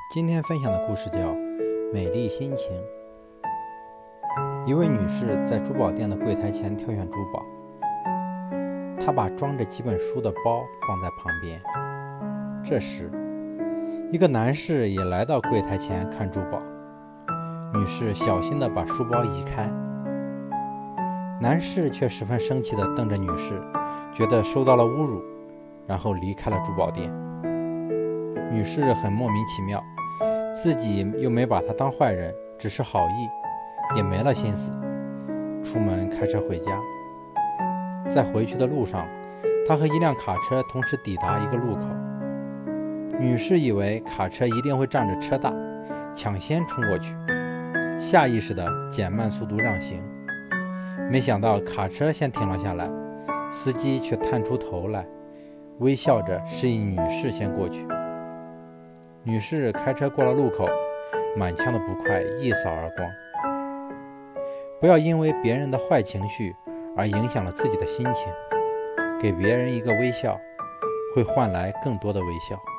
今天分享的故事叫《美丽心情》。一位女士在珠宝店的柜台前挑选珠宝，她把装着几本书的包放在旁边。这时，一个男士也来到柜台前看珠宝。女士小心地把书包移开，男士却十分生气地瞪着女士，觉得受到了侮辱，然后离开了珠宝店。女士很莫名其妙，自己又没把他当坏人，只是好意，也没了心思，出门开车回家。在回去的路上，他和一辆卡车同时抵达一个路口。女士以为卡车一定会仗着车大，抢先冲过去，下意识地减慢速度让行。没想到卡车先停了下来，司机却探出头来，微笑着示意女士先过去。女士开车过了路口，满腔的不快一扫而光。不要因为别人的坏情绪而影响了自己的心情，给别人一个微笑，会换来更多的微笑。